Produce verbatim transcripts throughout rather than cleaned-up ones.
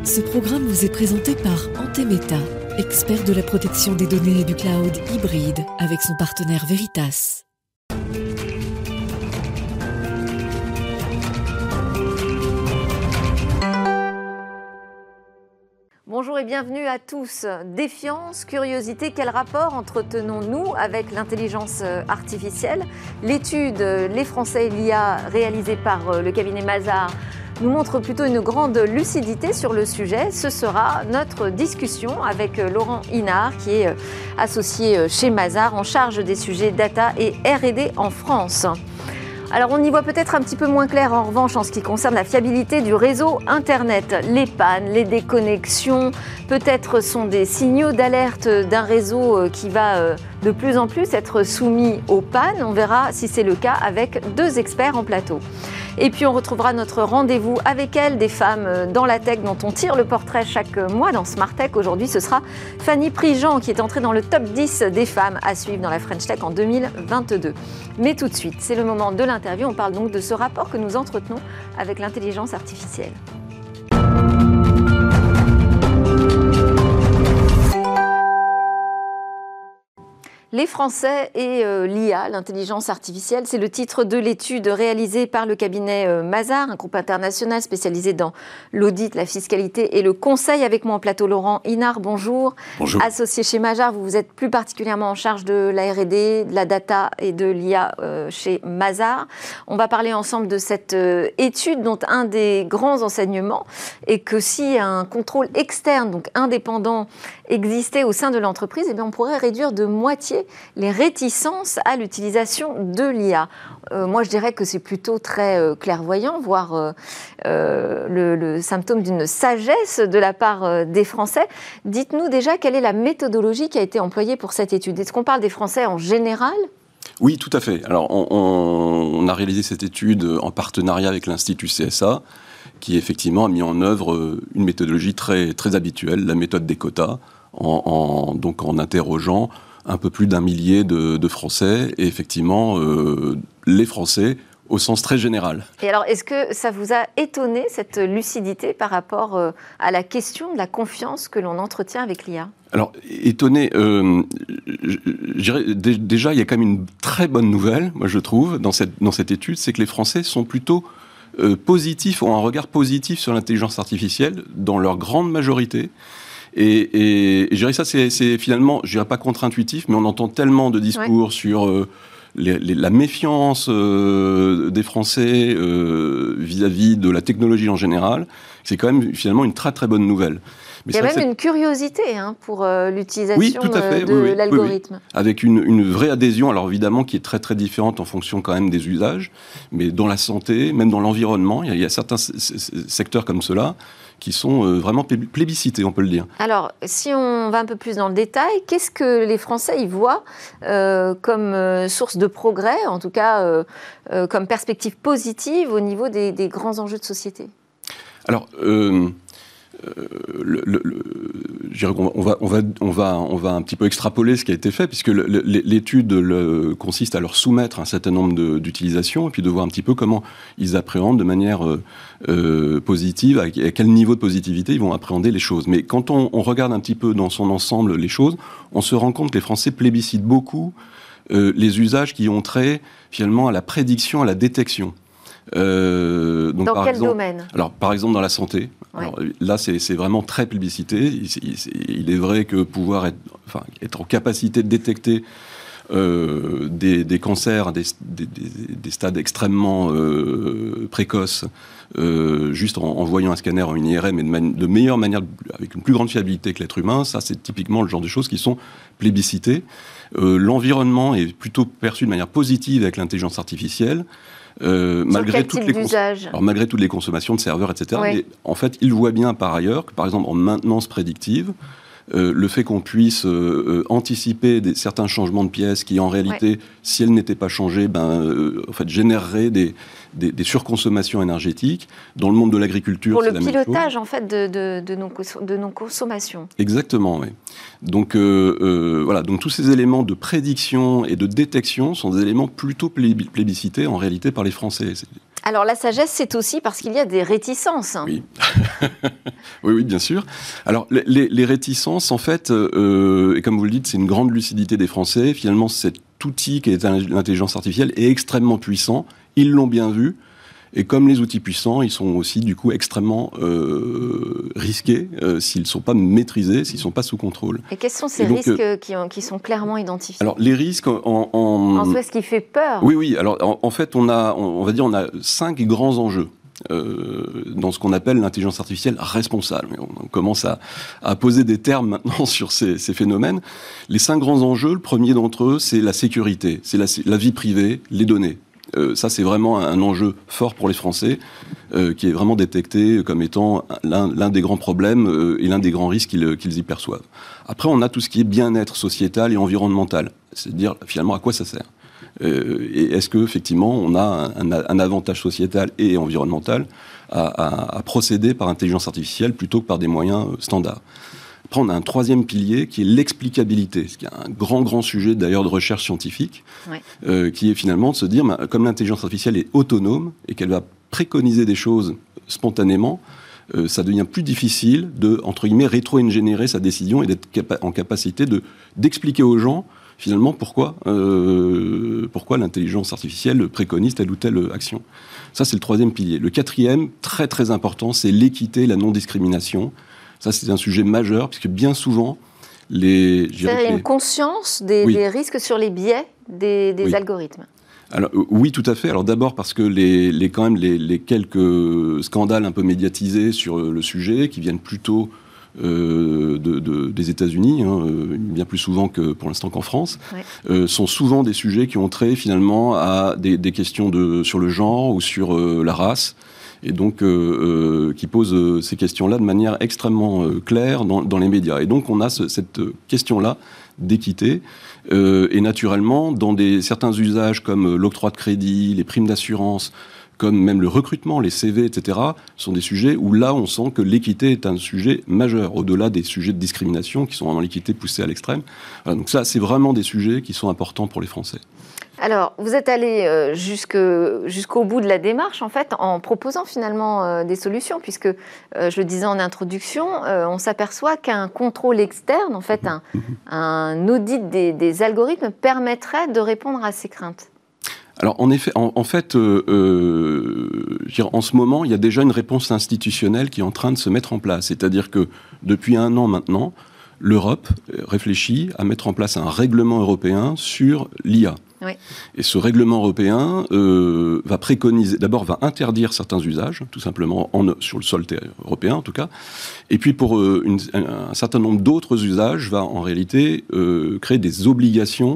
Ce programme vous est présenté par Antemeta, expert de la protection des données et du cloud hybride, avec son partenaire Veritas. Bonjour et bienvenue à tous. Défiance, curiosité, quel rapport entretenons-nous avec l'intelligence artificielle ? L'étude Les Français et l'I A réalisée par le cabinet Mazars nous montre plutôt une grande lucidité sur le sujet. Ce sera notre discussion avec Laurent Inard, qui est associé chez Mazars en charge des sujets data et R et D en France. Alors on y voit peut-être un petit peu moins clair en revanche en ce qui concerne la fiabilité du réseau Internet. Les pannes, les déconnexions, peut-être sont des signaux d'alerte d'un réseau qui va de plus en plus être soumis aux pannes. On verra si c'est le cas avec deux experts en plateau. Et puis on retrouvera notre rendez-vous avec elles, des femmes dans la tech dont on tire le portrait chaque mois dans Smart Tech. Aujourd'hui, ce sera Fanny Prigent qui est entrée dans le top dix des femmes à suivre dans la French Tech en deux mille vingt-deux. Mais tout de suite, c'est le moment de l'interview. On parle donc de ce rapport que nous entretenons avec l'intelligence artificielle. Les Français et euh, l'I A, l'intelligence artificielle, c'est le titre de l'étude réalisée par le cabinet euh, Mazars, un groupe international spécialisé dans l'audit, la fiscalité et le conseil. Avec moi en plateau, Laurent Inard, bonjour. Bonjour. Associé chez Mazars, vous vous êtes plus particulièrement en charge de la R et D, de la data et de l'I A euh, chez Mazars. On va parler ensemble de cette euh, étude dont un des grands enseignements est que si un contrôle externe, donc indépendant, existait au sein de l'entreprise, eh bien on pourrait réduire de moitié les réticences à l'utilisation de l'I A. Euh, moi, je dirais que c'est plutôt très euh, clairvoyant, voire euh, euh, le, le symptôme d'une sagesse de la part euh, des Français. Dites-nous déjà quelle est la méthodologie qui a été employée pour cette étude. Est-ce qu'on parle des Français en général ? Oui, tout à fait. Alors, on, on, on a réalisé cette étude en partenariat avec l'Institut C S A, qui effectivement a mis en œuvre une méthodologie très, très habituelle, la méthode des quotas, en, en, donc en interrogeant un peu plus d'un millier de, de Français, et effectivement, euh, les Français au sens très général. Et alors, est-ce que ça vous a étonné, cette lucidité, par rapport euh, à la question de la confiance que l'on entretient avec l'I A ? Alors, étonné, euh, je, je dirais, d- déjà, il y a quand même une très bonne nouvelle, moi je trouve, dans cette, dans cette étude, c'est que les Français sont plutôt euh, positifs, ont un regard positif sur l'intelligence artificielle, dans leur grande majorité. Et, et, et je dirais ça, c'est, c'est finalement, je dirais pas contre-intuitif, mais on entend tellement de discours ouais. sur euh, les, les, la méfiance euh, des Français euh, vis-à-vis de la technologie en général. C'est quand même finalement une très très bonne nouvelle. Mais il y a même une curiosité hein, pour euh, l'utilisation oui, tout à fait, de oui, oui, l'algorithme. Oui, oui. Avec une, une vraie adhésion, alors évidemment qui est très très différente en fonction quand même des usages, mais dans la santé, même dans l'environnement, il y a, il y a certains s- s- secteurs comme ceux-là qui sont euh, vraiment plébiscités, on peut le dire. Alors, si on va un peu plus dans le détail, qu'est-ce que les Français y voient euh, comme euh, source de progrès, en tout cas euh, euh, comme perspective positive au niveau des, des grands enjeux de société ? Alors, euh, euh, le, le, le, je dirais qu'on va, on va, on va, on va, on va un petit peu extrapoler ce qui a été fait, puisque le, le, l'étude le, consiste à leur soumettre un certain nombre de, d'utilisations, et puis de voir un petit peu comment ils appréhendent de manière euh, euh, positive, à, à quel niveau de positivité ils vont appréhender les choses. Mais quand on, on regarde un petit peu dans son ensemble les choses, on se rend compte que les Français plébiscitent beaucoup euh, les usages qui ont trait finalement à la prédiction, à la détection. Euh, donc dans par quel exemple, domaine ? Alors, par exemple, dans la santé. Ouais. Alors, là, c'est, c'est vraiment très plébiscité. Il, il, il est vrai que pouvoir être, enfin, être en capacité de détecter euh, des, des cancers, des, des, des stades extrêmement euh, précoces, euh, juste en, en voyant un scanner en une I R M, et de, man- de meilleure manière, avec une plus grande fiabilité que l'être humain, ça, c'est typiquement le genre de choses qui sont plébiscitées. Euh, l'environnement est plutôt perçu de manière positive avec l'intelligence artificielle. Euh, malgré, toutes les cons- alors, malgré toutes les consommations de serveurs, et cetera. Ouais. Mais en fait, il voit bien par ailleurs que, par exemple, en maintenance prédictive, euh, le fait qu'on puisse euh, anticiper des, certains changements de pièces qui, en réalité, ouais. si elles n'étaient pas changées, ben, euh, en fait, généreraient des, des, des surconsommations énergétiques. Dans le monde de l'agriculture, pour c'est le la même chose. pilotage, en fait, de, de, de, nos, de nos consommations. Exactement, oui. Donc, euh, euh, voilà. Donc, tous ces éléments de prédiction et de détection sont des éléments plutôt plébiscités, en réalité, par les Français. C'est... Alors la sagesse, c'est aussi parce qu'il y a des réticences. Oui, oui, oui, bien sûr. Alors les, les, les réticences, en fait, euh, et comme vous le dites, c'est une grande lucidité des Français. Finalement, cet outil qui est l'intelligence artificielle est extrêmement puissant. Ils l'ont bien vu. Et comme les outils puissants, ils sont aussi du coup extrêmement euh, risqués euh, s'ils ne sont pas maîtrisés, s'ils ne sont pas sous contrôle. Et quels sont ces donc, risques euh, qui, ont, qui sont clairement identifiés? Alors les risques en... En, en soi, ce qui fait peur. Oui, oui. Alors en, en fait, on a, on, on va dire, on a cinq grands enjeux euh, dans ce qu'on appelle l'intelligence artificielle responsable. On, on commence à, à poser des termes maintenant sur ces, ces phénomènes. Les cinq grands enjeux, le premier d'entre eux, c'est la sécurité, c'est la, la vie privée, les données. Euh, ça, c'est vraiment un enjeu fort pour les Français, euh, qui est vraiment détecté comme étant l'un, l'un des grands problèmes euh, et l'un des grands risques qu'ils, qu'ils y perçoivent. Après, on a tout ce qui est bien-être sociétal et environnemental, c'est-à-dire finalement à quoi ça sert. Euh, et est-ce qu'effectivement, on a un, un, un avantage sociétal et environnemental à, à, à procéder par intelligence artificielle plutôt que par des moyens standards. Après, on a un troisième pilier qui est l'explicabilité, ce qui est un grand, grand sujet d'ailleurs de recherche scientifique, ouais. euh, qui est finalement de se dire, bah, comme l'intelligence artificielle est autonome et qu'elle va préconiser des choses spontanément, euh, ça devient plus difficile de, entre guillemets, rétro-ingénierer sa décision et d'être capa- en capacité de, d'expliquer aux gens, finalement, pourquoi, euh, pourquoi l'intelligence artificielle préconise telle ou telle action. Ça, c'est le troisième pilier. Le quatrième, très, très important, c'est l'équité et la non-discrimination. Ça, c'est un sujet majeur, puisque bien souvent, les... Il y a une les... conscience des, oui. des risques sur les biais des, des oui. algorithmes. Alors, euh, oui, tout à fait. Alors d'abord parce que les, les, quand même, les, les quelques scandales un peu médiatisés sur le sujet, qui viennent plutôt euh, de, de, des États-Unis, hein, bien plus souvent que pour l'instant qu'en France, ouais. euh, sont souvent des sujets qui ont trait finalement à des, des questions de, sur le genre ou sur euh, la race. Et donc euh, euh, qui pose euh, ces questions-là de manière extrêmement euh, claire dans, dans les médias. Et donc on a ce, cette question-là d'équité, euh, et naturellement, dans des, certains usages comme l'octroi de crédit, les primes d'assurance, comme même le recrutement, les C V, et cetera, sont des sujets où là, on sent que l'équité est un sujet majeur, au-delà des sujets de discrimination, qui sont vraiment l'équité poussée à l'extrême. Voilà, donc ça, c'est vraiment des sujets qui sont importants pour les Français. Alors, vous êtes allé euh, jusque, jusqu'au bout de la démarche, en fait, en proposant finalement euh, des solutions, puisque, euh, je le disais en introduction, euh, on s'aperçoit qu'un contrôle externe, en fait, un, un audit des, des algorithmes permettrait de répondre à ces craintes. Alors, en effet, en, en fait, euh, euh, je veux dire, en ce moment, il y a déjà une réponse institutionnelle qui est en train de se mettre en place. C'est-à-dire que, depuis un an maintenant, l'Europe réfléchit à mettre en place un règlement européen sur l'I A. Oui. Et ce règlement européen euh, va préconiser, d'abord va interdire certains usages, tout simplement en, sur le sol européen en tout cas, et puis pour euh, une, un, un certain nombre d'autres usages va en réalité euh, créer des obligations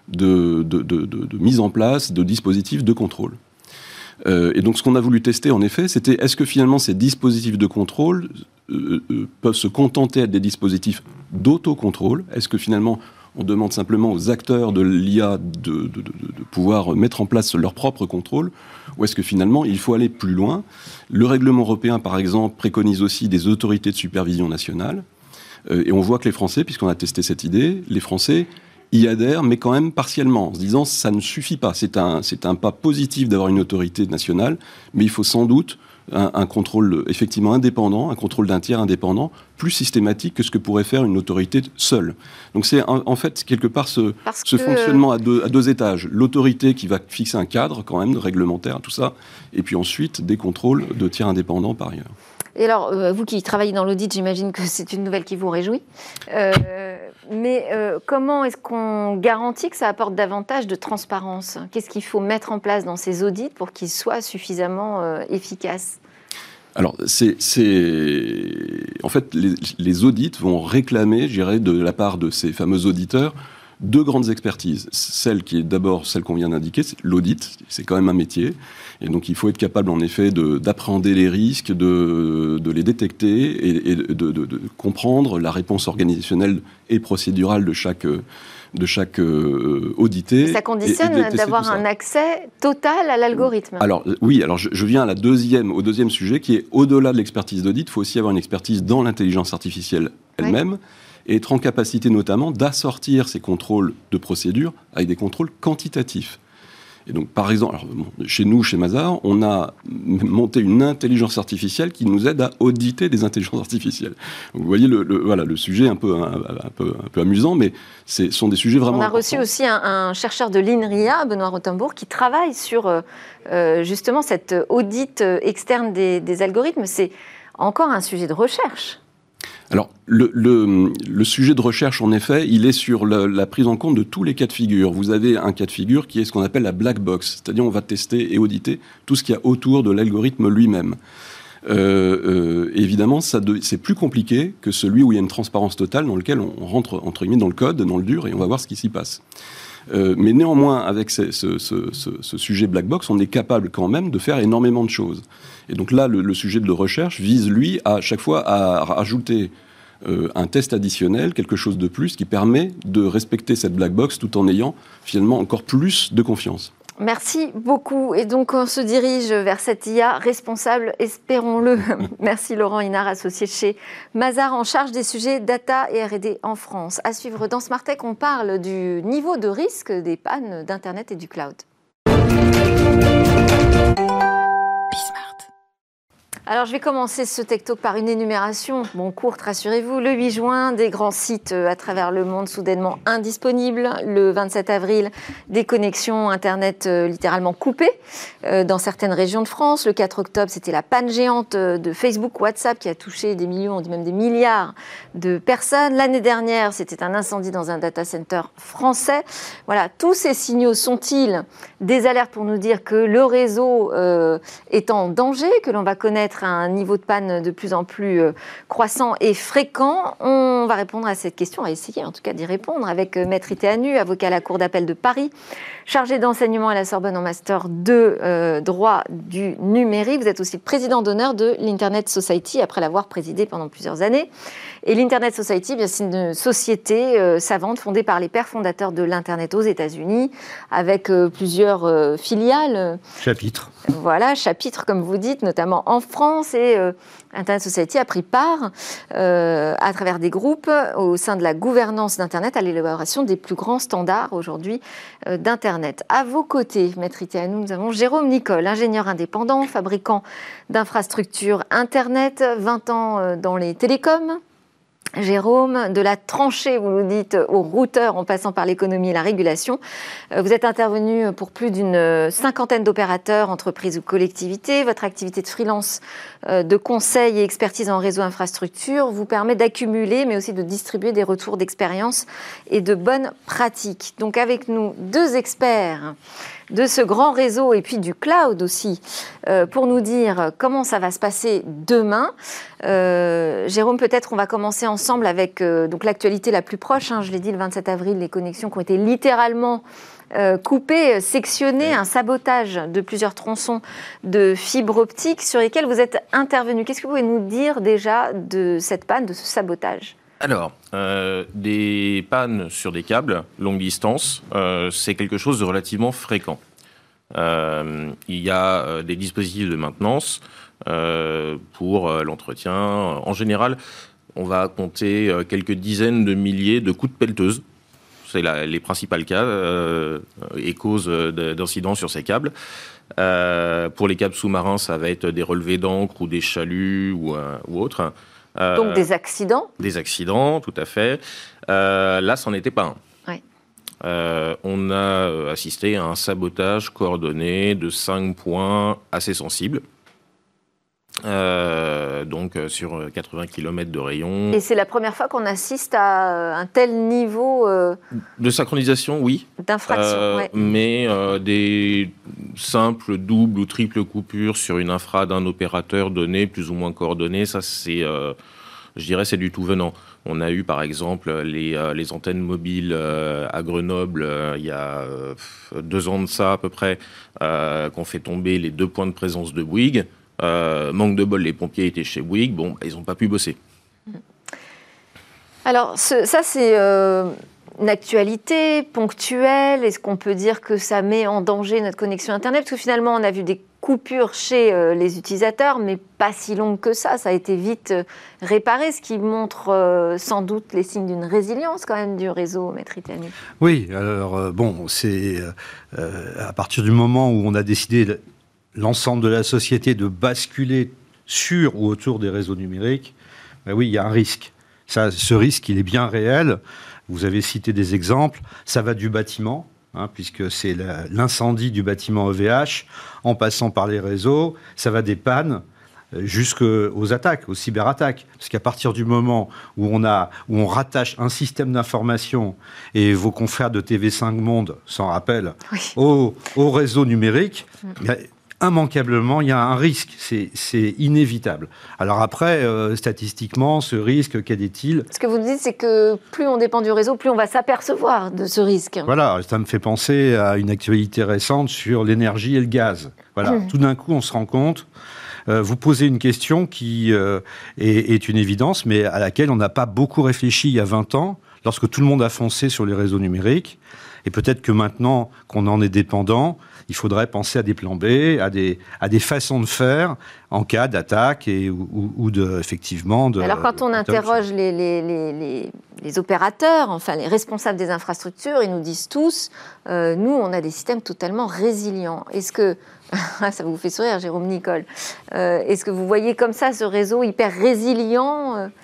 de, de, de, de, de mise en place de dispositifs de contrôle. Euh, et donc ce qu'on a voulu tester en effet, c'était est-ce que finalement ces dispositifs de contrôle euh, euh, peuvent se contenter des dispositifs d'autocontrôle? Est-ce que finalement on demande simplement aux acteurs de l'I A de, de, de, de pouvoir mettre en place leur propre contrôle, ou est-ce que finalement il faut aller plus loin? Le règlement européen, par exemple, préconise aussi des autorités de supervision nationale, euh, et on voit que les Français, puisqu'on a testé cette idée, les Français y adhèrent, mais quand même partiellement, en se disant ça ne suffit pas. C'est un, c'est un pas positif d'avoir une autorité nationale, mais il faut sans doute Un, un contrôle effectivement indépendant, un contrôle d'un tiers indépendant, plus systématique que ce que pourrait faire une autorité seule. Donc c'est en, en fait quelque part ce, ce que... fonctionnement à deux, à deux étages. L'autorité qui va fixer un cadre quand même réglementaire, tout ça, et puis ensuite des contrôles de tiers indépendants par ailleurs. Et alors, euh, vous qui travaillez dans l'audit, j'imagine que c'est une nouvelle qui vous réjouit. Euh, mais euh, comment est-ce qu'on garantit que ça apporte davantage de transparence? Qu'est-ce qu'il faut mettre en place dans ces audits pour qu'ils soient suffisamment euh, efficaces? Alors, c'est, c'est... en fait, les, les audits vont réclamer, je dirais, de la part de ces fameux auditeurs, deux grandes expertises. Celle qui est d'abord celle qu'on vient d'indiquer, c'est l'audit, c'est quand même un métier. Et donc il faut être capable en effet de, d'appréhender les risques, de, de les détecter et, et de, de, de comprendre la réponse organisationnelle et procédurale de chaque, de chaque euh, audité. Ça conditionne et, et d'avoir un accès total à l'algorithme. Alors oui, alors je, je viens à la deuxième, au deuxième sujet qui est au-delà de l'expertise d'audit, il faut aussi avoir une expertise dans l'intelligence artificielle elle-même. Oui. Et être en capacité notamment d'assortir ces contrôles de procédure avec des contrôles quantitatifs. Et donc, par exemple, alors, bon, chez nous, chez Mazars, on a monté une intelligence artificielle qui nous aide à auditer des intelligences artificielles. Donc, vous voyez le, le, voilà, le sujet un peu, un, un, peu, un peu amusant, mais ce sont des sujets vraiment On a importants. reçu aussi un, un chercheur de l'INRIA, Benoît Rothenbourg, qui travaille sur euh, justement cette audit externe des, des algorithmes. C'est encore un sujet de recherche. Alors, le, le, le sujet de recherche, en effet, il est sur la, la prise en compte de tous les cas de figure. Vous avez un cas de figure qui est ce qu'on appelle la black box, c'est-à-dire on va tester et auditer tout ce qu'il y a autour de l'algorithme lui-même. Euh, euh, évidemment, ça de, c'est plus compliqué que celui où il y a une transparence totale dans lequel on rentre, entre guillemets, dans le code, dans le dur, et on va voir ce qui s'y passe. Euh, mais néanmoins, avec ce, ce, ce, ce, ce sujet black box, on est capable quand même de faire énormément de choses. Et donc là, le, le sujet de recherche vise, lui, à chaque fois à rajouter euh, un test additionnel, quelque chose de plus, qui permet de respecter cette black box tout en ayant finalement encore plus de confiance. Merci beaucoup. Et donc, on se dirige vers cette I A responsable, espérons-le. Merci Laurent Inard, associé chez Mazars, en charge des sujets data et R et D en France. À suivre dans Smart Tech, on parle du niveau de risque des pannes d'Internet et du cloud. Alors, je vais commencer ce Tech Talk par une énumération, bon, courte, rassurez-vous. Le huit juin, des grands sites à travers le monde soudainement indisponibles. Le vingt-sept avril, des connexions Internet euh, littéralement coupées euh, dans certaines régions de France. Le quatre octobre, c'était la panne géante de Facebook, WhatsApp qui a touché des millions, on dit même des milliards de personnes. L'année dernière, c'était un incendie dans un data center français. Voilà, tous ces signaux sont-ils des alertes pour nous dire que le réseau euh, est en danger, que l'on va connaître à un niveau de panne de plus en plus euh, croissant et fréquent? On va répondre à cette question, on va essayer en tout cas d'y répondre avec euh, Maître Itéanu, avocat à la Cour d'appel de Paris, chargé d'enseignement à la Sorbonne en Master deux, euh, droit du numérique. Vous êtes aussi le président d'honneur de l'Internet Society, après l'avoir présidé pendant plusieurs années. Et l'Internet Society, bien, c'est une société euh, savante fondée par les pères fondateurs de l'Internet aux États-Unis, avec euh, plusieurs euh, filiales. Chapitres. Voilà, chapitres, comme vous dites, notamment en France. Et euh, Internet Society a pris part, euh, à travers des groupes, au sein de la gouvernance d'Internet, à l'élaboration des plus grands standards aujourd'hui euh, d'Internet. À vos côtés, Maître Itéanu, nous avons Jérôme Nicole, ingénieur indépendant, fabricant d'infrastructures Internet, vingt ans euh, dans les télécoms. Jérôme, de la tranchée, vous nous dites, au routeur en passant par l'économie et la régulation. Vous êtes intervenu pour plus d'une cinquantaine d'opérateurs, entreprises ou collectivités. Votre activité de freelance, de conseil et expertise en réseau infrastructure vous permet d'accumuler, mais aussi de distribuer des retours d'expérience et de bonnes pratiques. Donc avec nous, deux experts de ce grand réseau et puis du cloud aussi, euh, pour nous dire comment ça va se passer demain. Euh, Jérôme, peut-être on va commencer ensemble avec euh, donc l'actualité la plus proche. Hein, je l'ai dit, le vingt-sept avril, les connexions qui ont été littéralement euh, coupées, sectionnées, un sabotage de plusieurs tronçons de fibres optiques sur lesquels vous êtes intervenu. Qu'est-ce que vous pouvez nous dire déjà de cette panne, de ce sabotage ? Alors, euh, des pannes sur des câbles longue distance, euh, c'est quelque chose de relativement fréquent. Euh, il y a euh, des dispositifs de maintenance euh, pour euh, l'entretien. En général, on va compter euh, quelques dizaines de milliers de coups de pelleteuse. C'est la, les principales cas euh, et causes d'incidents sur ces câbles. Euh, pour les câbles sous-marins, ça va être des relevés d'encre ou des chaluts ou, euh, ou autres. Euh, Donc des accidents ? Des accidents, tout à fait. Euh, là, c'en était pas un. Ouais. Euh, on a assisté à un sabotage coordonné de cinq points assez sensibles. Euh, donc sur quatre-vingts kilomètres de rayon. Et c'est la première fois qu'on assiste à un tel niveau euh, de synchronisation, oui. D'infraction, euh, ouais. Mais euh, des simples doubles ou triples coupures sur une infra d'un opérateur donné, plus ou moins coordonné, ça c'est, euh, je dirais, c'est du tout venant. On a eu par exemple les, euh, les antennes mobiles euh, à Grenoble euh, il y a euh, deux ans de ça à peu près, euh, qu'on fait tomber les deux points de présence de Bouygues. Euh, manque de bol, les pompiers étaient chez Bouygues, bon, bah, ils n'ont pas pu bosser. Alors, ce, ça, c'est euh, une actualité ponctuelle? Est-ce qu'on peut dire que ça met en danger notre connexion Internet? Parce que finalement, on a vu des coupures chez euh, les utilisateurs, mais pas si longues que ça. Ça a été vite euh, réparé, ce qui montre euh, sans doute les signes d'une résilience quand même du réseau, Maître Ittani. Oui, alors euh, bon, c'est euh, à partir du moment où on a décidé l'ensemble de la société de basculer sur ou autour des réseaux numériques, ben oui, il y a un risque. Ça, ce risque, il est bien réel. Vous avez cité des exemples. Ça va du bâtiment, hein, puisque c'est la, l'incendie du bâtiment E V H, en passant par les réseaux. Ça va des pannes jusqu'aux attaques, aux cyberattaques. Parce qu'à partir du moment où on, a, où on rattache un système d'information, et vos confrères de T V cinq Monde s'en rappellent, oui. au, au réseau numérique, mmh. immanquablement, il y a un risque. C'est, c'est inévitable. Alors après, euh, statistiquement, ce risque, quel est-il ? Ce que vous dites, c'est que plus on dépend du réseau, plus on va s'apercevoir de ce risque. Voilà, ça me fait penser à une actualité récente sur l'énergie et le gaz. Voilà, mmh. Tout d'un coup, on se rend compte... Euh, vous posez une question qui euh, est, est une évidence, mais à laquelle on n'a pas beaucoup réfléchi il y a vingt ans, lorsque tout le monde a foncé sur les réseaux numériques. Et peut-être que maintenant qu'on en est dépendant, il faudrait penser à des plans B, à des, à des façons de faire en cas d'attaque et, ou, ou de, effectivement... De, Alors quand on interroge les, les, les, les, les opérateurs, enfin les responsables des infrastructures, ils nous disent tous, euh, nous on a des systèmes totalement résilients. Est-ce que... Ça vous fait sourire, Jérôme Nicole. Euh, est-ce que vous voyez comme ça ce réseau hyper résilient euh,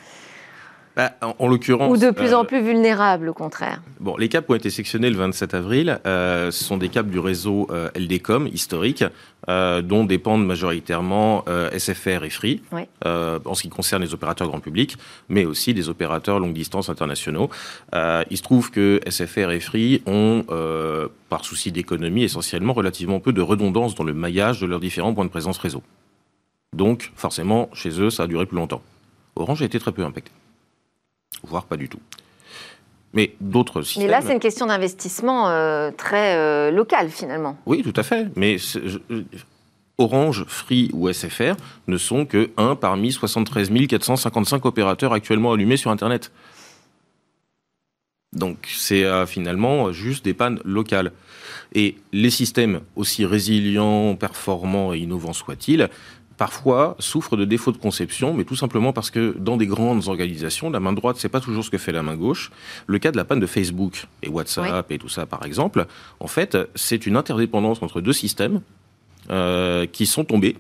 bah, en, en l'occurrence... Ou de plus euh, en plus vulnérable, au contraire? Bon, les câbles qui ont été sectionnés le vingt-sept avril, euh, ce sont des câbles du réseau euh, L D Com, historique, euh, dont dépendent majoritairement euh, S F R et Free, oui. euh, en ce qui concerne les opérateurs grand public, mais aussi des opérateurs longue distance internationaux. Euh, il se trouve que S F R et Free ont, euh, par souci d'économie, essentiellement relativement peu de redondance dans le maillage de leurs différents points de présence réseau. Donc, forcément, chez eux, ça a duré plus longtemps. Orange a été très peu impacté, voire pas du tout. Mais d'autres systèmes... Mais là, c'est une question d'investissement euh, très euh, local, finalement. Oui, tout à fait. Mais je, Orange, Free ou S F R ne sont que un parmi soixante-treize mille quatre cent cinquante-cinq opérateurs actuellement allumés sur Internet. Donc, c'est euh, finalement juste des pannes locales. Et les systèmes, aussi résilients, performants et innovants soient-ils, parfois souffrent de défauts de conception, mais tout simplement parce que dans des grandes organisations, la main droite, c'est pas toujours ce que fait la main gauche. Le cas de la panne de Facebook et WhatsApp oui. et tout ça, par exemple, en fait, c'est une interdépendance entre deux systèmes euh, qui sont tombés.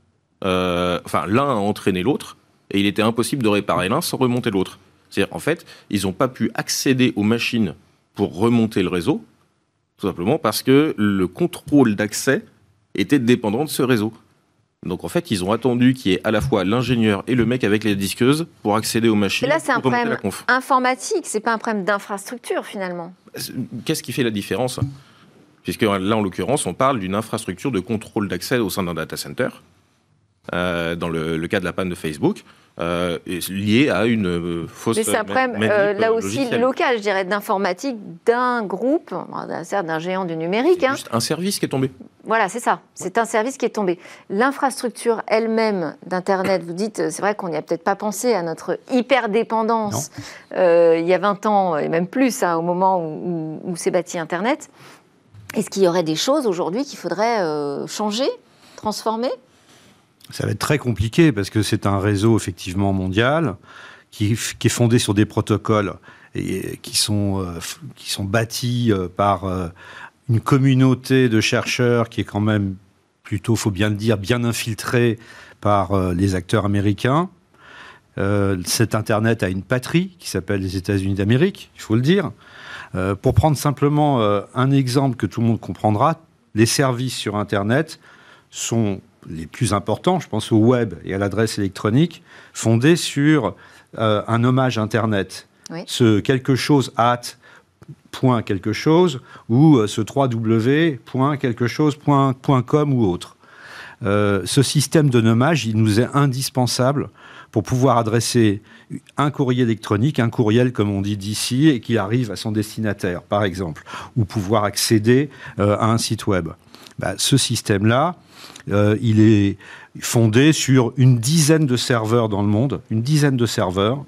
Euh, enfin, l'un a entraîné l'autre, et il était impossible de réparer l'un sans remonter l'autre. C'est-à-dire, en fait, ils n'ont pas pu accéder aux machines pour remonter le réseau, tout simplement parce que le contrôle d'accès était dépendant de ce réseau. Donc en fait, ils ont attendu qu'il y ait à la fois l'ingénieur et le mec avec les disqueuses pour accéder aux machines. Et là, c'est un problème informatique, c'est pas un problème d'infrastructure finalement. Qu'est-ce qui fait la différence ? Puisque là, en l'occurrence, on parle d'une infrastructure de contrôle d'accès au sein d'un data center, euh, dans le, le cas de la panne de Facebook, euh, liée à une euh, fausse... Mais c'est un problème, euh, là aussi, logiciel. local, je dirais, d'informatique d'un groupe, d'un, d'un géant du numérique. C'est hein. juste un service qui est tombé. Voilà, c'est ça. C'est un service qui est tombé. L'infrastructure elle-même d'Internet, vous dites, c'est vrai qu'on n'y a peut-être pas pensé à notre hyper-dépendance euh, il y a vingt ans, et même plus, hein, au moment où, où, où s'est bâti Internet. Est-ce qu'il y aurait des choses aujourd'hui qu'il faudrait euh, changer, transformer ? Ça va être très compliqué parce que c'est un réseau effectivement mondial qui, qui est fondé sur des protocoles et qui sont, euh, qui sont bâtis euh, par euh, une communauté de chercheurs qui est quand même plutôt, faut bien le dire, bien infiltrée par euh, les acteurs américains. Euh, cet Internet a une patrie qui s'appelle les États-Unis d'Amérique, il faut le dire. Euh, pour prendre simplement euh, un exemple que tout le monde comprendra, les services sur Internet sont les plus importants, je pense au web et à l'adresse électronique, fondés sur euh, un hommage Internet. Oui. Ce quelque chose at point quelque chose ou euh, ce w point quelque chose point com ou autre. Euh, ce système de nommage, il nous est indispensable pour pouvoir adresser un courrier électronique, un courriel comme on dit d'ici, et qu'il arrive à son destinataire, par exemple, ou pouvoir accéder euh, à un site web. Bah, ce système-là, euh, il est fondé sur une dizaine de serveurs dans le monde, une dizaine de serveurs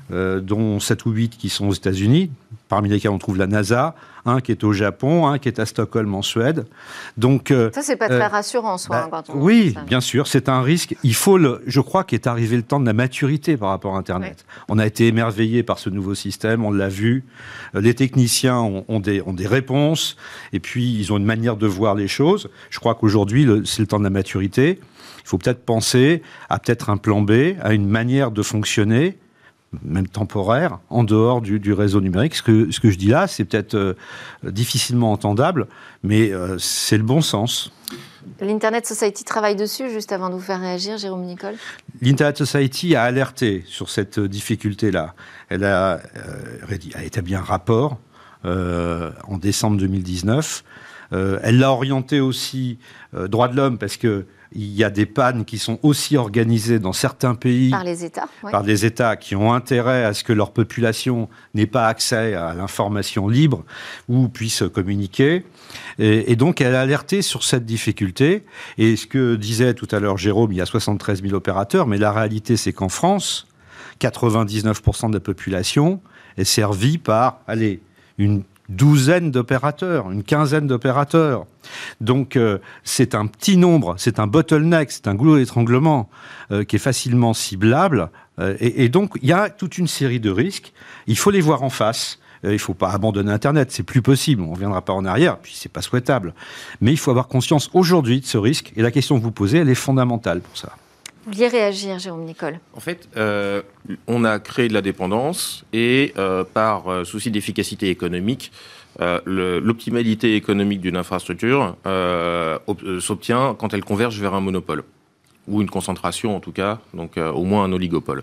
euh, dont sept ou huit qui sont aux États-Unis, parmi lesquels on trouve la NASA, un qui est au Japon, un qui est à Stockholm en Suède. Donc, euh, ça, c'est pas très euh, rassurant, soit, bah, hein, quand on oui, bien sûr, c'est un risque. Il faut, le, je crois qu'est arrivé le temps de la maturité par rapport à Internet. Oui. On a été émerveillés par ce nouveau système, on l'a vu. Les techniciens ont, ont, des, ont des réponses, et puis ils ont une manière de voir les choses. Je crois qu'aujourd'hui, le, c'est le temps de la maturité. Il faut peut-être penser à peut-être un plan B, à une manière de fonctionner, même temporaire, en dehors du, du réseau numérique. Ce que, ce que je dis là, c'est peut-être euh, difficilement entendable, mais euh, c'est le bon sens. L'Internet Society travaille dessus, juste avant de vous faire réagir, Jérôme Nicole. L'Internet Society a alerté sur cette difficulté-là. Elle a, euh, a établi un rapport euh, en décembre deux mille dix-neuf. Euh, elle l'a orienté aussi euh, droits de l'homme, parce que il y a des pannes qui sont aussi organisées dans certains pays par les États, oui. par des États qui ont intérêt à ce que leur population n'ait pas accès à l'information libre ou puisse communiquer. Et, et donc, elle a alerté sur cette difficulté. Et ce que disait tout à l'heure Jérôme, il y a soixante-treize mille opérateurs, mais la réalité, c'est qu'en France, quatre-vingt-dix-neuf pour cent de la population est servie par, allez, une douzaine d'opérateurs, une quinzaine d'opérateurs. Donc, euh, c'est un petit nombre, c'est un bottleneck, c'est un goulot d'étranglement euh, qui est facilement ciblable. Euh, et, et donc, il y a toute une série de risques. Il faut les voir en face. Euh, il ne faut pas abandonner Internet, c'est plus possible. On ne reviendra pas en arrière, puis c'est pas souhaitable. Mais il faut avoir conscience aujourd'hui de ce risque. Et la question que vous posez, elle est fondamentale pour ça. Vous vouliez réagir, Jérôme Nicole? En fait, euh, on a créé de la dépendance et euh, par euh, souci d'efficacité économique, euh, le, l'optimalité économique d'une infrastructure euh, ob- euh, s'obtient quand elle converge vers un monopole ou une concentration en tout cas, donc euh, au moins un oligopole.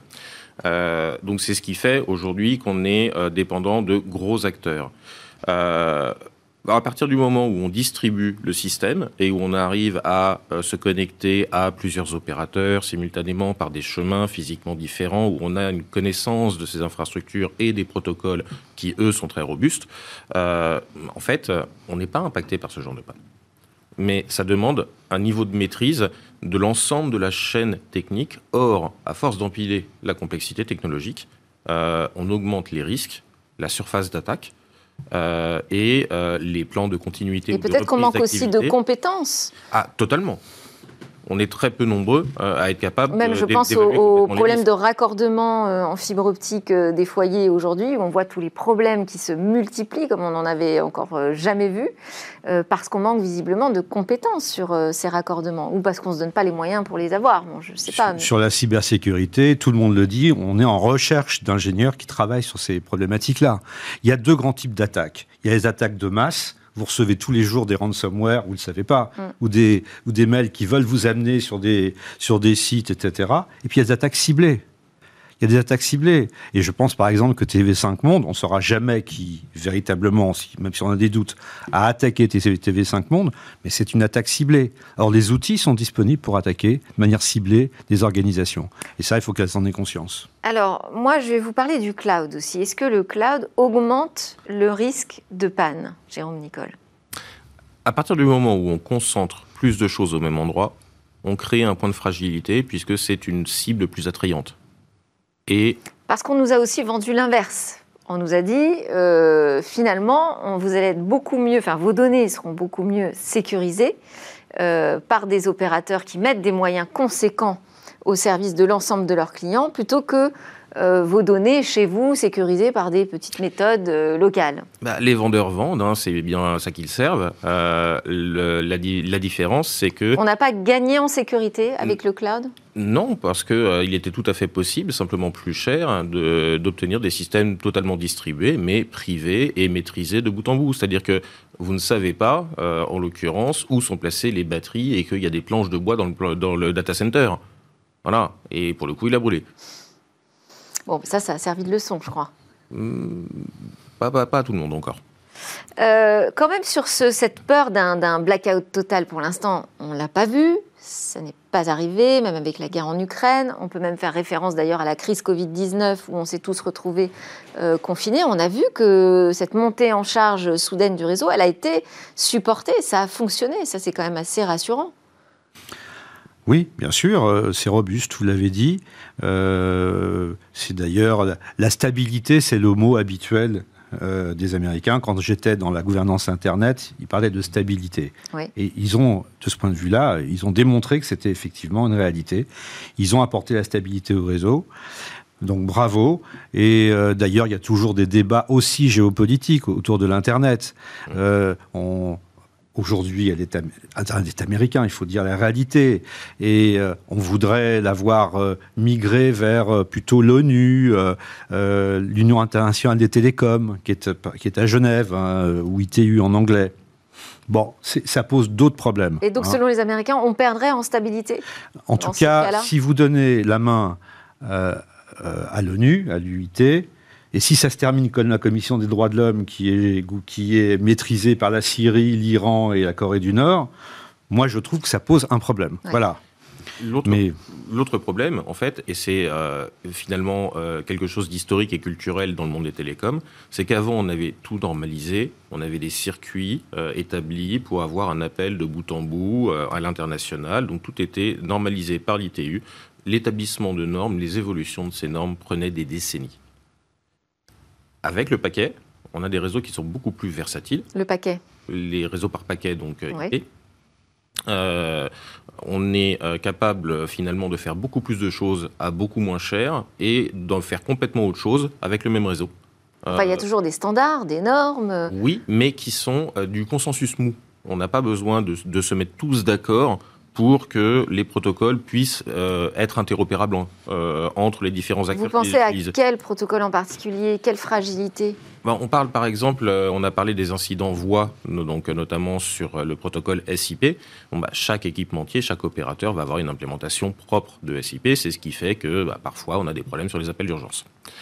Euh, donc c'est ce qui fait aujourd'hui qu'on est euh, dépendant de gros acteurs. Euh, À partir du moment où on distribue le système et où on arrive à euh, se connecter à plusieurs opérateurs simultanément par des chemins physiquement différents, où on a une connaissance de ces infrastructures et des protocoles qui, eux, sont très robustes, euh, en fait, on n'est pas impacté par ce genre de panne. Mais ça demande un niveau de maîtrise de l'ensemble de la chaîne technique. Or, à force d'empiler la complexité technologique, euh, on augmente les risques, la surface d'attaque, Euh, et euh, les plans de continuité. Et ou peut-être de qu'on manque aussi de d'activité. compétences. Ah, totalement. On est très peu nombreux euh, à être capables. Même, de, je d'é- pense d'évaluer au, au complètement les problème risques. de raccordement euh, en fibre optique euh, des foyers aujourd'hui, où on voit tous les problèmes qui se multiplient, comme on n'en avait encore euh, jamais vu, euh, parce qu'on manque visiblement de compétences sur euh, ces raccordements, ou parce qu'on ne se donne pas les moyens pour les avoir. Bon, je sais pas. Sur, Mais... sur la cybersécurité, tout le monde le dit, on est en recherche d'ingénieurs qui travaillent sur ces problématiques-là. Il y a deux grands types d'attaques. Il y a les attaques de masse. Vous recevez tous les jours des ransomware, vous ne le savez pas, mm. ou, des, ou des mails qui veulent vous amener sur des, sur des sites, et cetera. Et puis il y a des attaques ciblées. Il y a des attaques ciblées. Et je pense par exemple que T V cinq Monde, on ne saura jamais qui, véritablement, si, même si on a des doutes, a attaqué T V cinq Monde, mais c'est une attaque ciblée. Alors les outils sont disponibles pour attaquer de manière ciblée des organisations. Et ça, il faut qu'elles en aient conscience. Alors, moi, je vais vous parler du cloud aussi. Est-ce que le cloud augmente le risque de panne, Jérôme Nicole? À partir du moment où on concentre plus de choses au même endroit, on crée un point de fragilité puisque c'est une cible plus attrayante. Et parce qu'on nous a aussi vendu l'inverse. On nous a dit, euh, finalement, on, vous allez être beaucoup mieux, enfin, vos données seront beaucoup mieux sécurisées euh, par des opérateurs qui mettent des moyens conséquents au service de l'ensemble de leurs clients, plutôt que euh, vos données chez vous sécurisées par des petites méthodes euh, locales. Bah, les vendeurs vendent, hein, c'est bien ça qu'ils servent. Euh, le, la, la différence, c'est que... On n'a pas gagné en sécurité avec le cloud ? Non, parce qu'il euh, était tout à fait possible, simplement plus cher, de, d'obtenir des systèmes totalement distribués, mais privés et maîtrisés de bout en bout. C'est-à-dire que vous ne savez pas, euh, en l'occurrence, où sont placées les batteries et qu'il y a des planches de bois dans le, dans le data center. Voilà. Et pour le coup, il a brûlé. Bon, ça, ça a servi de leçon, je crois. Mmh, pas, pas, pas à tout le monde encore. Euh, quand même, sur ce, cette peur d'un, d'un blackout total, pour l'instant, on ne l'a pas vu. Ça n'est pas arrivé, même avec la guerre en Ukraine. On peut même faire référence d'ailleurs à la crise covid dix-neuf, où on s'est tous retrouvés euh, confinés. On a vu que cette montée en charge soudaine du réseau, elle a été supportée, ça a fonctionné. Ça, c'est quand même assez rassurant. Oui, bien sûr, euh, c'est robuste, vous l'avez dit. Euh, c'est d'ailleurs, la, la stabilité, c'est le mot habituel euh, des Américains. Quand j'étais dans la gouvernance Internet, ils parlaient de stabilité. Oui. Et ils ont, de ce point de vue-là, ils ont démontré que c'était effectivement une réalité. Ils ont apporté la stabilité au réseau. Donc bravo. Et euh, d'ailleurs, il y a toujours des débats aussi géopolitiques autour de l'Internet. Euh, on... Aujourd'hui, elle est, am- elle est américaine, il faut dire la réalité. Et euh, on voudrait la voir euh, migrer vers euh, plutôt l'ONU, euh, euh, l'Union internationale des télécoms, qui est, qui est à Genève, hein, ou I T U en anglais. Bon, c'est, ça pose d'autres problèmes. Et donc, hein. selon les Américains, on perdrait en stabilité ? En tout cas, si vous donnez la main euh, euh, à l'ONU, à l'U I T, et si ça se termine comme la Commission des droits de l'homme qui est, qui est maîtrisée par la Syrie, l'Iran et la Corée du Nord, moi je trouve que ça pose un problème. Ouais. Voilà. L'autre, Mais... l'autre problème, en fait, et c'est euh, finalement euh, quelque chose d'historique et culturel dans le monde des télécoms, c'est qu'avant on avait tout normalisé, on avait des circuits euh, établis pour avoir un appel de bout en bout euh, à l'international, donc tout était normalisé par l'I T U. L'établissement de normes, les évolutions de ces normes prenaient des décennies. Avec le paquet, on a des réseaux qui sont beaucoup plus versatiles. Le paquet. Les réseaux par paquet, donc euh, Oui. I P. Euh, on est euh, capable finalement de faire beaucoup plus de choses à beaucoup moins cher et d'en faire complètement autre chose avec le même réseau. Enfin, il y a toujours des standards, des normes. Oui, mais qui sont euh, du consensus mou. On n'a pas besoin de, de se mettre tous d'accord pour que les protocoles puissent euh, être interopérables en, euh, entre les différents acteurs. Vous pensez à quel protocole en particulier ? Quelle fragilité ? Ben, on parle par exemple, euh, on a parlé des incidents voix, no- donc euh, notamment sur euh, le protocole S I P. Bon, bah, chaque équipementier, chaque opérateur va avoir une implémentation propre de S I P. C'est ce qui fait que bah, parfois on a des problèmes sur les appels d'urgence.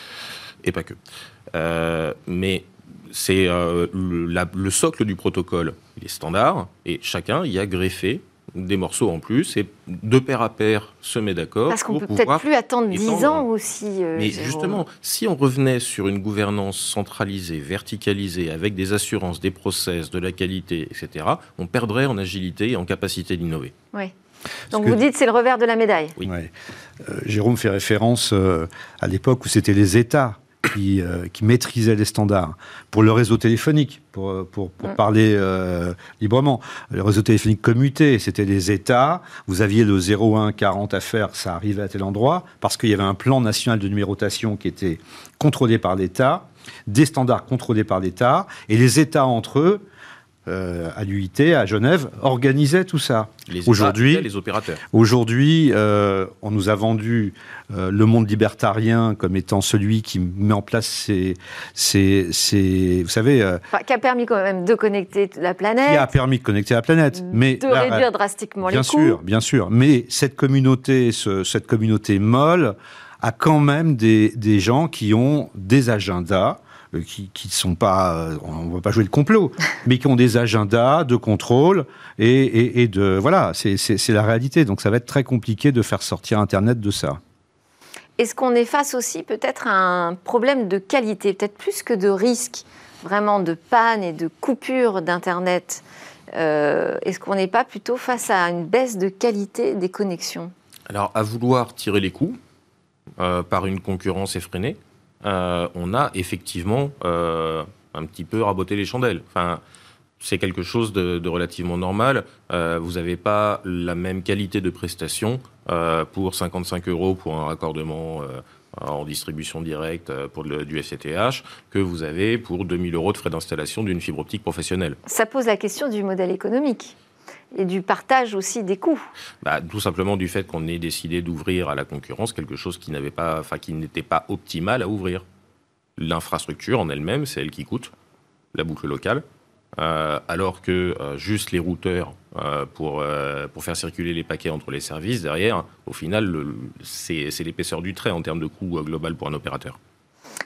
Et pas que. Euh, mais c'est euh, le, la- le socle du protocole, il est standard, et chacun y a greffé des morceaux en plus, et de pair à pair se met d'accord. Parce qu'on pour peut pouvoir peut-être plus attendre dix étendre. ans aussi. euh, Mais Jérôme. justement, si on revenait sur une gouvernance centralisée, verticalisée, avec des assurances, des process, de la qualité, et cetera, on perdrait en agilité et en capacité d'innover. Oui. Donc que- vous dites c'est le revers de la médaille. Oui. Ouais. Euh, Jérôme fait référence euh, à l'époque où c'était les États qui, euh, qui maîtrisaient les standards pour le réseau téléphonique, pour, pour, pour Mm. parler euh, librement. Le réseau téléphonique commuté, c'était les États. Vous aviez le zéro un quarante à faire, ça arrivait à tel endroit, parce qu'il y avait un plan national de numérotation qui était contrôlé par l'État, des standards contrôlés par l'État, et les États entre eux, euh, à l'U I T, à Genève, organisaient tout ça. Les États Aujourd'hui, et les opérateurs. Aujourd'hui, euh, on nous a vendu euh, le monde libertarien comme étant celui qui met en place ces, ces, ces vous savez, euh, Enfin, qui a permis quand même de connecter la planète, qui a permis de connecter la planète. Mais de la- réduire drastiquement bien les coûts. sûr, bien sûr. Mais cette communauté, ce- cette communauté molle, a quand même des, des gens qui ont des agendas. euh, Qui ne sont pas, euh, on ne va pas jouer le complot, mais qui ont des agendas de contrôle et, et, et de voilà, c'est, c'est, c'est la réalité. Donc ça va être très compliqué de faire sortir Internet de ça. Est-ce qu'on est face aussi peut-être à un problème de qualité, peut-être plus que de risque, vraiment de panne et de coupure d'Internet euh, Est-ce qu'on n'est pas plutôt face à une baisse de qualité des connexions ? Alors, à vouloir tirer les coûts euh, par une concurrence effrénée, euh, on a effectivement euh, un petit peu raboté les chandelles. Enfin, c'est quelque chose de, de relativement normal. Euh, vous n'avez pas la même qualité de prestation euh, pour cinquante-cinq euros pour un raccordement euh, en distribution directe euh, pour le, du F T T H que vous avez pour deux mille euros de frais d'installation d'une fibre optique professionnelle. Ça pose la question du modèle économique et du partage aussi des coûts. Bah, tout simplement du fait qu'on ait décidé d'ouvrir à la concurrence quelque chose qui n'avait pas, enfin, qui n'était pas optimal à ouvrir. L'infrastructure en elle-même, c'est elle qui coûte, la boucle locale, euh, alors que euh, juste les routeurs euh, pour, euh, pour faire circuler les paquets entre les services, derrière, au final, le, c'est, c'est l'épaisseur du trait en termes de coût euh, global pour un opérateur.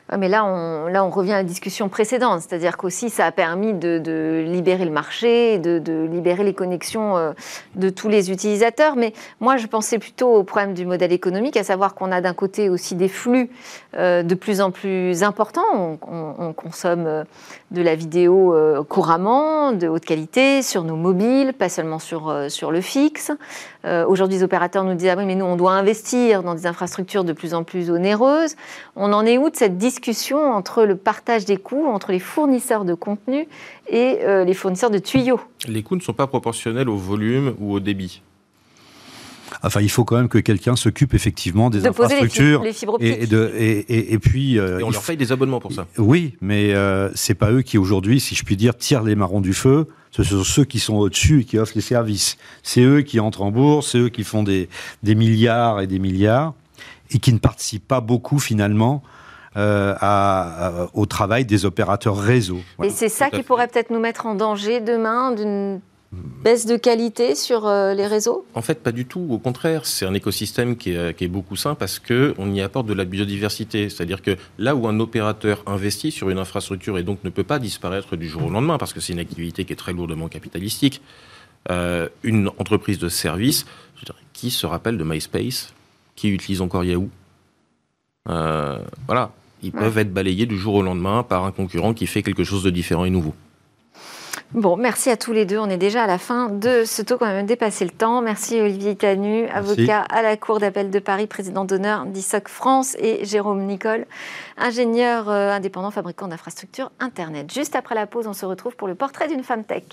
Ouais, mais là on, là, on revient à la discussion précédente, c'est-à-dire qu'aussi ça a permis de, de libérer le marché, de, de libérer les connexions euh, de tous les utilisateurs. Mais moi, je pensais plutôt au problème du modèle économique, à savoir qu'on a d'un côté aussi des flux euh, de plus en plus importants. On, on, on consomme euh, de la vidéo euh, couramment, de haute qualité, sur nos mobiles, pas seulement sur, euh, sur le fixe. Euh, aujourd'hui, les opérateurs nous disent « Ah oui, mais nous, on doit investir dans des infrastructures de plus en plus onéreuses ». On en est où de cette discussion entre le partage des coûts, entre les fournisseurs de contenu et euh, les fournisseurs de tuyaux? Les coûts ne sont pas proportionnels au volume ou au débit. Enfin, il faut quand même que quelqu'un s'occupe effectivement des de infrastructures poser les fibres optiques. Et, et, de, et, et, et puis euh, et on leur paye des abonnements pour ça. Oui, mais euh, c'est pas eux qui aujourd'hui, si je puis dire, tirent les marrons du feu. Ce sont ceux qui sont au-dessus et qui offrent les services. C'est eux qui entrent en bourse, c'est eux qui font des, des milliards et des milliards et qui ne participent pas beaucoup finalement euh, à, à, au travail des opérateurs réseau. Voilà. Et c'est ça qui pourrait peut-être nous mettre en danger demain d'une baisse de qualité sur euh, les réseaux? En fait, pas du tout. Au contraire, c'est un écosystème qui est, qui est beaucoup sain parce qu'on y apporte de la biodiversité. C'est-à-dire que là où un opérateur investit sur une infrastructure et donc ne peut pas disparaître du jour au lendemain parce que c'est une activité qui est très lourdement capitalistique, euh, une entreprise de service, je veux dire, qui se rappelle de MySpace, qui utilise encore Yahoo, euh, voilà, ils ouais. peuvent être balayés du jour au lendemain par un concurrent qui fait quelque chose de différent et nouveau. Bon, merci à tous les deux. On est déjà à la fin de ce talk. On a même dépassé le temps. Merci Olivier Tanu, avocat à la Cour d'appel de Paris, président d'honneur d'I S O C France, et Jérôme Nicole, ingénieur euh, indépendant, fabricant d'infrastructures Internet. Juste après la pause, on se retrouve pour le portrait d'une femme tech.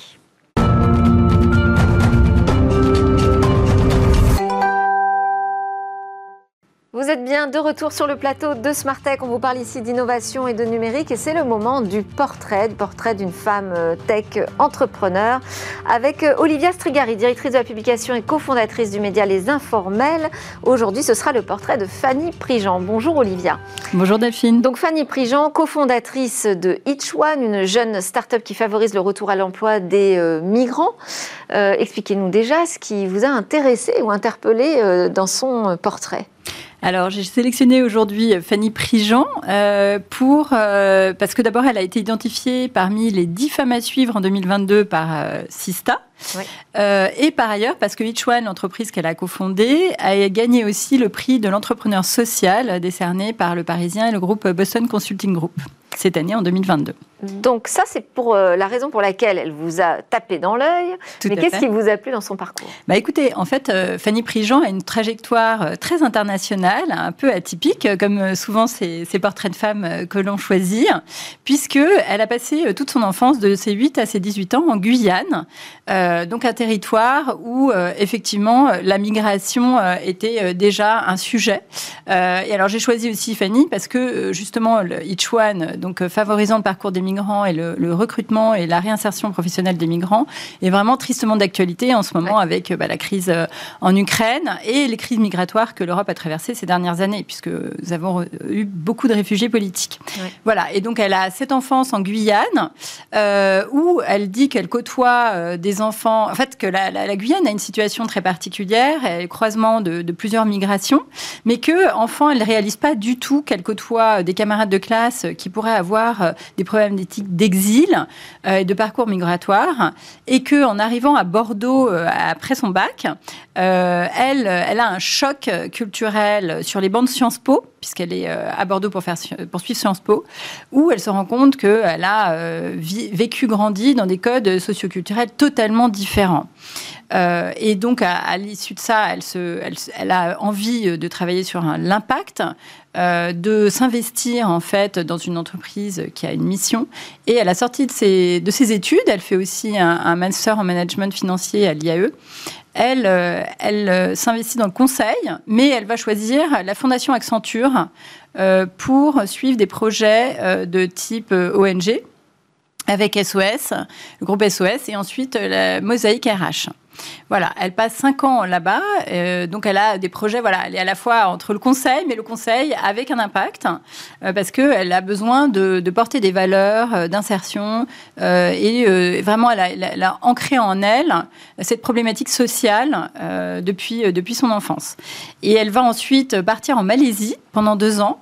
Vous êtes bien de retour sur le plateau de Smart Tech. On vous parle ici d'innovation et de numérique et c'est le moment du portrait, du portrait d'une femme tech entrepreneur avec Olivia Strigari, directrice de la publication et cofondatrice du média Les Informels. Aujourd'hui, ce sera le portrait de Fanny Prigent. Bonjour Olivia. Bonjour Delphine. Donc Fanny Prigent, cofondatrice de Each One, une jeune start-up qui favorise le retour à l'emploi des euh, migrants. Euh, expliquez-nous déjà ce qui vous a intéressé ou interpellé euh, dans son portrait. Alors, j'ai sélectionné aujourd'hui Fanny Prigent euh, pour, euh, parce que d'abord, elle a été identifiée parmi les dix femmes à suivre en deux mille vingt-deux par euh, Sista. Oui. Euh, et par ailleurs, parce que Each One, l'entreprise qu'elle a cofondée, a gagné aussi le prix de l'entrepreneur social décerné par le Parisien et le groupe Boston Consulting Group cette année en deux mille vingt-deux. Donc ça, c'est pour euh, la raison pour laquelle elle vous a tapé dans l'œil. Tout Mais qu'est-ce fait. qui vous a plu dans son parcours? Bah écoutez, en fait, euh, Fanny Prigent a une trajectoire euh, très internationale, un peu atypique, euh, comme euh, souvent ces, ces portraits de femmes euh, que l'on choisit, puisqu'elle a passé euh, toute son enfance de ses huit à ses dix-huit ans en Guyane, euh, donc un territoire où euh, effectivement la migration euh, était euh, déjà un sujet. Euh, et alors j'ai choisi aussi Fanny parce que euh, justement le Each One, donc euh, favorisant le parcours des migrants et le, le recrutement et la réinsertion professionnelle des migrants est vraiment tristement d'actualité en ce moment ouais. avec bah, la crise en Ukraine et les crises migratoires que l'Europe a traversées ces dernières années, puisque nous avons eu beaucoup de réfugiés politiques. Ouais. Voilà, et donc elle a cette enfance en Guyane euh, où elle dit qu'elle côtoie euh, des enfants... En fait, que la, la, la Guyane a une situation très particulière, elle est le croisement de, de plusieurs migrations, mais qu'enfant, elle ne réalise pas du tout qu'elle côtoie des camarades de classe qui pourraient avoir euh, des problèmes d'éthique d'exil euh, et de parcours migratoire, et qu'en arrivant à Bordeaux euh, après son bac, euh, elle, elle a un choc culturel sur les bancs de Sciences Po, puisqu'elle est euh, à Bordeaux pour, faire, pour suivre Sciences Po, où elle se rend compte qu'elle a euh, vi- vécu, grandi dans des codes socioculturels totalement différents. Euh, et donc, à, à l'issue de ça, elle, se, elle, elle a envie de travailler sur un, l'impact, euh, de s'investir en fait dans une entreprise qui a une mission. Et à la sortie de ses, de ses études, elle fait aussi un, un master en management financier à l'I A E. Elle, euh, elle euh, s'investit dans le conseil, mais elle va choisir la Fondation Accenture euh, pour suivre des projets euh, de type euh, O N G avec S O S, le groupe S O S, et ensuite euh, la Mosaïque R H. Voilà, elle passe cinq ans là-bas, euh, donc elle a des projets, voilà, elle est à la fois entre le conseil, mais le conseil avec un impact, euh, parce qu'elle a besoin de, de porter des valeurs euh, d'insertion, euh, et euh, vraiment elle a, elle a ancré en elle cette problématique sociale euh, depuis, euh, depuis son enfance. Et elle va ensuite partir en Malaisie pendant deux ans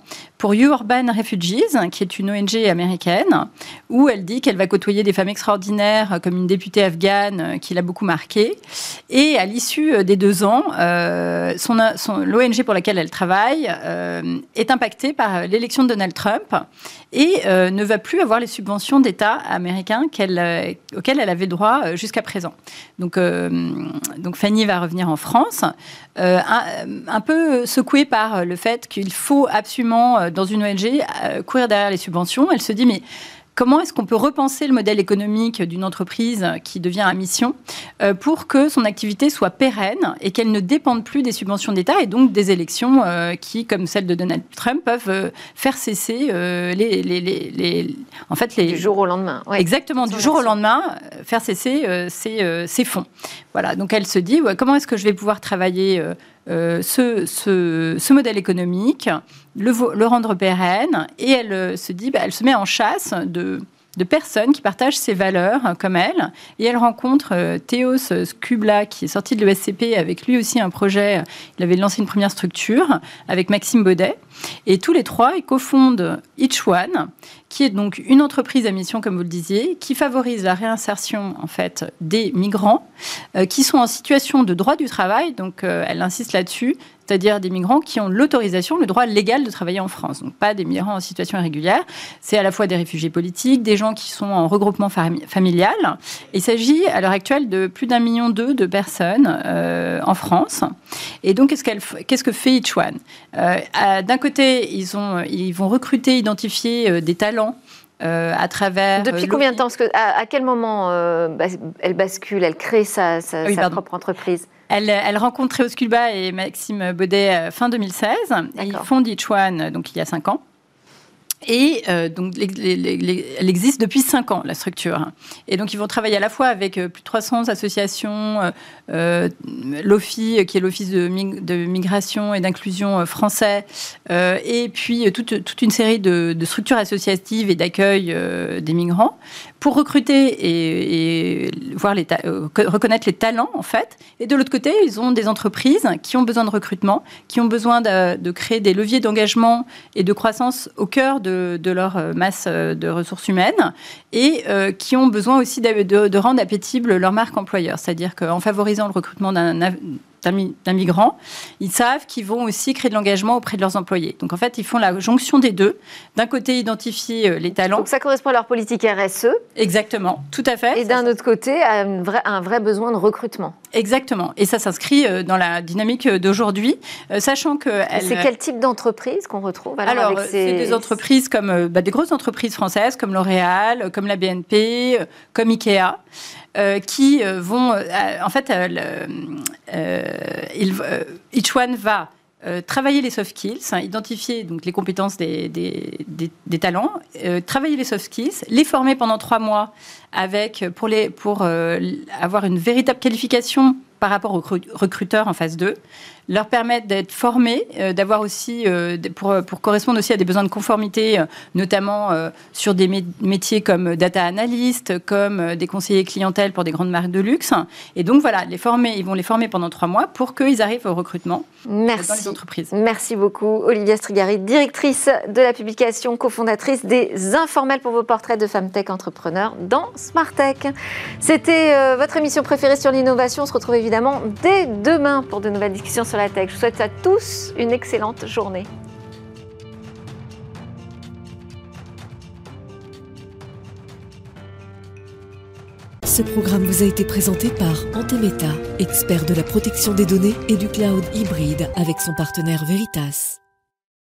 pour Urban Refugees, qui est une O N G américaine, où elle dit qu'elle va côtoyer des femmes extraordinaires, comme une députée afghane qui l'a beaucoup marquée. Et à l'issue des deux ans, euh, son, son, l'O N G pour laquelle elle travaille euh, est impactée par l'élection de Donald Trump et euh, ne va plus avoir les subventions d'État américains qu'elle, euh, auxquelles elle avait droit jusqu'à présent. Donc, euh, donc Fanny va revenir en France, euh, un, un peu secouée par le fait qu'il faut absolument, dans une O N G, euh, courir derrière les subventions. Elle se dit, mais comment est-ce qu'on peut repenser le modèle économique d'une entreprise qui devient à mission euh, pour que son activité soit pérenne et qu'elle ne dépende plus des subventions d'État et donc des élections euh, qui, comme celle de Donald Trump, peuvent euh, faire cesser euh, les, les, les, les, en fait, les... Du jour au lendemain. Ouais. Exactement, du jour au lendemain, faire cesser euh, ces, euh, ces fonds. Voilà, donc elle se dit, ouais, comment est-ce que je vais pouvoir travailler euh, Euh, ce, ce, ce modèle économique, le, le rendre pérenne, et elle euh, se dit, bah, elle se met en chasse de, de personnes qui partagent ses valeurs hein, comme elle, et elle rencontre euh, Théos Skubla, qui est sorti de l'E S C P avec lui aussi un projet. Il avait lancé une première structure avec Maxime Baudet, et tous les trois, ils cofondent Each One, qui est donc une entreprise à mission, comme vous le disiez, qui favorise la réinsertion en fait des migrants euh, qui sont en situation de droit du travail. Donc, euh, elle insiste là-dessus, c'est-à-dire des migrants qui ont l'autorisation, le droit légal de travailler en France. Donc, pas des migrants en situation irrégulière. C'est à la fois des réfugiés politiques, des gens qui sont en regroupement fami- familial. Il s'agit à l'heure actuelle de plus d'un million deux de personnes euh, en France. Et donc, qu'est-ce, qu'elle, qu'est-ce que fait Each One ? euh, à, D'un côté, ils, ont, ils vont recruter, identifier euh, des talents Euh, à travers... Depuis euh, combien de temps ? Parce que, à, à quel moment euh, bas- elle bascule, elle crée sa, sa, oui, sa propre entreprise ? Elle, elle rencontre Théos Skubla et Maxime Baudet euh, fin deux mille seize. Et ils fondent Each One donc, il y a cinq ans. Et euh, donc, les, les, les, elle existe depuis cinq ans, la structure. Et donc, ils vont travailler à la fois avec euh, plus de trois cents associations, euh, l'O F I, qui est l'Office de, mig- de migration et d'inclusion euh, français, euh, et puis euh, toute, toute une série de, de structures associatives et d'accueil euh, des migrants, pour recruter et, et voir les ta- euh, reconnaître les talents, en fait. Et de l'autre côté, ils ont des entreprises qui ont besoin de recrutement, qui ont besoin de, de créer des leviers d'engagement et de croissance au cœur de De, de leur masse de ressources humaines et euh, qui ont besoin aussi de, de, de rendre appétible leur marque employeur. C'est-à-dire qu'en favorisant le recrutement d'un, d'un, d'un migrant, ils savent qu'ils vont aussi créer de l'engagement auprès de leurs employés. Donc en fait, ils font la jonction des deux. D'un côté, identifier les talents. Donc ça correspond à leur politique R S E. Exactement, tout à fait. Et d'un autre côté, à une vraie, un vrai besoin de recrutement. Exactement. Et ça s'inscrit dans la dynamique d'aujourd'hui, sachant que... Elle... C'est quel type d'entreprise qu'on retrouve alors, alors avec ces... c'est des entreprises comme bah, des grosses entreprises françaises, comme L'Oréal, comme la B N P, comme Ikea, euh, qui euh, vont... Euh, en fait, euh, euh, il, euh, Each One va... Euh, travailler les soft skills, hein, identifier donc, les compétences des, des, des, des talents, euh, travailler les soft skills, les former pendant trois mois avec, pour, les, pour euh, avoir une véritable qualification par rapport aux recruteurs en phase deux, leur permettre d'être formés, euh, d'avoir aussi, euh, pour, pour correspondre aussi à des besoins de conformité, euh, notamment euh, sur des mé- métiers comme data analyst, comme euh, des conseillers clientèle pour des grandes marques de luxe. Et donc voilà, les former, ils vont les former pendant trois mois pour qu'ils arrivent au recrutement Merci. dans les entreprises. Merci beaucoup, Olivia Strigari, directrice de la publication, cofondatrice des Informels pour vos portraits de femmes tech entrepreneurs dans Smart Tech. C'était euh, votre émission préférée sur l'innovation. On se retrouve évidemment dès demain pour de nouvelles discussions sur la tech. Je vous souhaite à tous une excellente journée. Ce programme vous a été présenté par Antemeta, expert de la protection des données et du cloud hybride avec son partenaire Veritas.